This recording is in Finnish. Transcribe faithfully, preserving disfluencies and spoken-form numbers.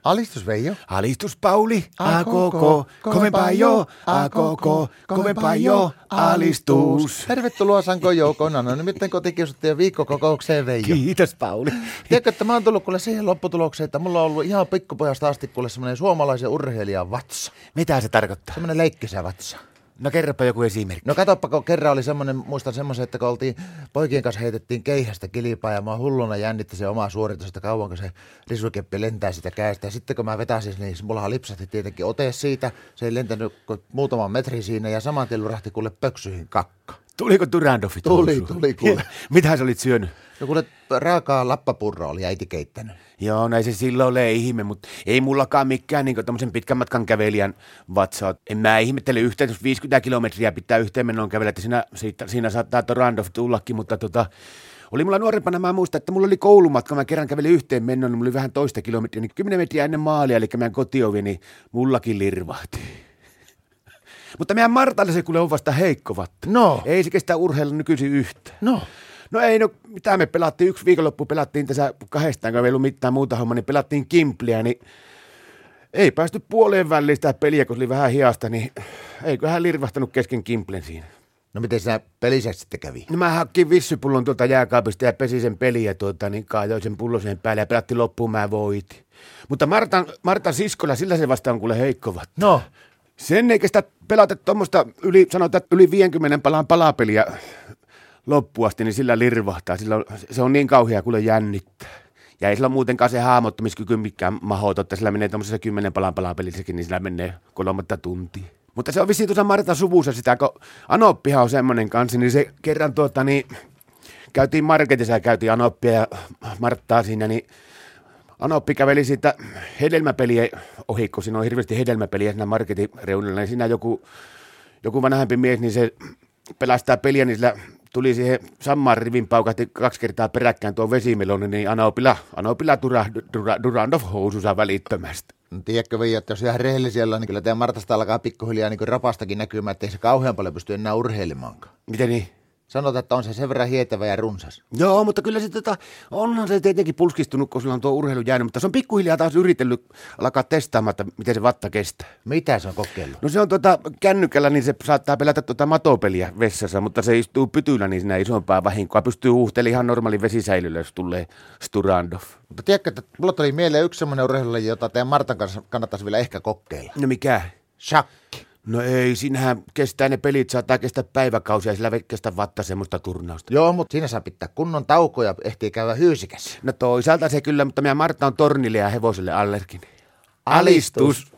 Alistus Veijo. Alistus Pauli, a koko, kovempaa jo, a koko, kovempaa jo, alistus. Tervetuloa Sanko Joukona, no nimittäin kotikiusattujen viikkokokoukseen Veijo. Kiitos Pauli. Tiedätkö, että mä oon tullut kuule siihen lopputulokseen, että mulla on ollut ihan pikkupojasta asti kuule semmoinen suomalaisen urheilijan vatsa. Mitä se tarkoittaa? Semmoinen leikkisä vatsa. No kerropa joku esimerkki. No katsoppa, kun kerran oli semmoinen, muistan semmoisen, että kun oltiin poikien kanssa heitettiin keihästä kilpaa ja mä hulluna jännitti se omaa suoritusta kauan, kun se risukeppi lentää sitä käestä. Ja sitten kun mä vetäsin, niin mullahan lipsahti tietenkin ote siitä. Se ei lentänyt muutaman metri siinä ja saman tien lurahti kuule pöksyihin kakka. Tuliko Durandoffit? Tuli, tuli kuule. Mitä sä olit syönyt? No kuule raakaa lappapurroa oli äiti keittänyt. Joo, näin se silloin ole ihme, mutta ei mullakaan mikään niin tommosen pitkän matkan kävelijän vatsaa. En mä ihmettele yhtään, jos viisikymmentä kilometriä pitää yhteen menoon kävellä, että siinä, siitä, siinä saattaa Durandoff tullakin, mutta tota, oli mulla nuorempana, mä muistan, että mulla oli koulumatka, mä kerran kävelin yhteen menoon, niin mulla oli vähän toista kilometriä, niin kymmenen metriä ennen maalia, eli meidän kotiovi, niin mullakin lirvahti. Mutta meidän Martalle se kuule on vasta heikko vatta. No. Ei se kestä urheilla nykyisin yhtään. No. No ei, no mitä me pelattiin, yksi viikonloppu pelattiin tässä kahdestaan, kun ei ollut mitään muuta hommaa, niin pelattiin Kimpliä, niin ei päästy puoleen väliin sitä peliä, kun se oli vähän hiasta, niin eiköhän lirvahtanut kesken Kimplen siinä. No miten siinä pelissä sitten kävi? No mä hakkin vissypullon tuolta jääkaapista ja pesin sen peliä ja tuota, niin kaajoin sen pullon sen päälle ja pelattiin loppuun, mä voitin. Mutta Martan, Martan siskolla, sillä se vasta on kuule heikkovat. No. Sen eikä sitä pelata tuommoista yli, sanotaan, yli viisikymmentä palan palapeliä loppuasti, niin sillä lirvahtaa. Sillä on, se on niin kauhea, kuule jännittää. Ja ei sillä ole muutenkaan se hahmottumiskyky mikään mahoton, että sillä menee tuommoisessa kymmenen palan palapelissäkin, niin sillä menee kolmatta tuntia. Mutta se on vissiin tuossa Martan suvussa sitä, kun Anoppihan on semmoinen kanssa, niin se kerran tuota, niin käytiin marketissa ja käytiin Anoppia ja Marttaa siinä, niin Anoppi käveli siitä hedelmäpeliä ohi, kun siinä on hirveästi hedelmäpeliä siinä marketin reunilla, niin siinä joku, joku vanhempi mies, niin se pelastaa peliä, niin sillä tuli siihen samaan rivin paukahti kaksi kertaa peräkkään tuon vesimeloni, niin Anopilla, Anopilla dura, dura, Durandoff housussa välittömästi. No, tiedätkö Veijo, että jos ihan rehellisiä ollaan, niin kyllä teidän Martasta alkaa pikkuhiljaa niin rapastakin näkymään, että ei se kauhean paljon pysty enää urheilemaankaan. Miten niin? Sanotaan, että on se sen verran hietävä ja runsas. Joo, mutta kyllä se tota, onhan se tietenkin pulskistunut, kun sillä on tuo urheilu jäänyt, mutta se on pikkuhiljaa taas yritellyt alkaa testaamaan, että miten se vatta kestää. Mitä se on kokeillut? No se on tota, kännykällä, niin se saattaa pelata tuota matopeliä vessassa, mutta se istuu pytyllä, niin siinä isompaa vahinkoa. Pystyy huuhtelemaan ihan normaali vesisäilyllä, jos tulee Durandoff. Mutta tiedätkö, että mulla tuli mieleen yksi semmoinen urheilulaji, jota teidän Martan kanssa kannattaisi vielä ehkä kokeilla. No mikä? Shakki. No ei, siinähän kestää ne pelit, saattaa kestää päiväkausia ja sillä ei kestä vatta semmoista turnausta. Joo, mutta siinä saa pitää kunnon tauko ja ehtii käydä hyysikässä. No toisaalta se kyllä, mutta meidän Martta on tornille ja hevoselle allerginen. Alistus!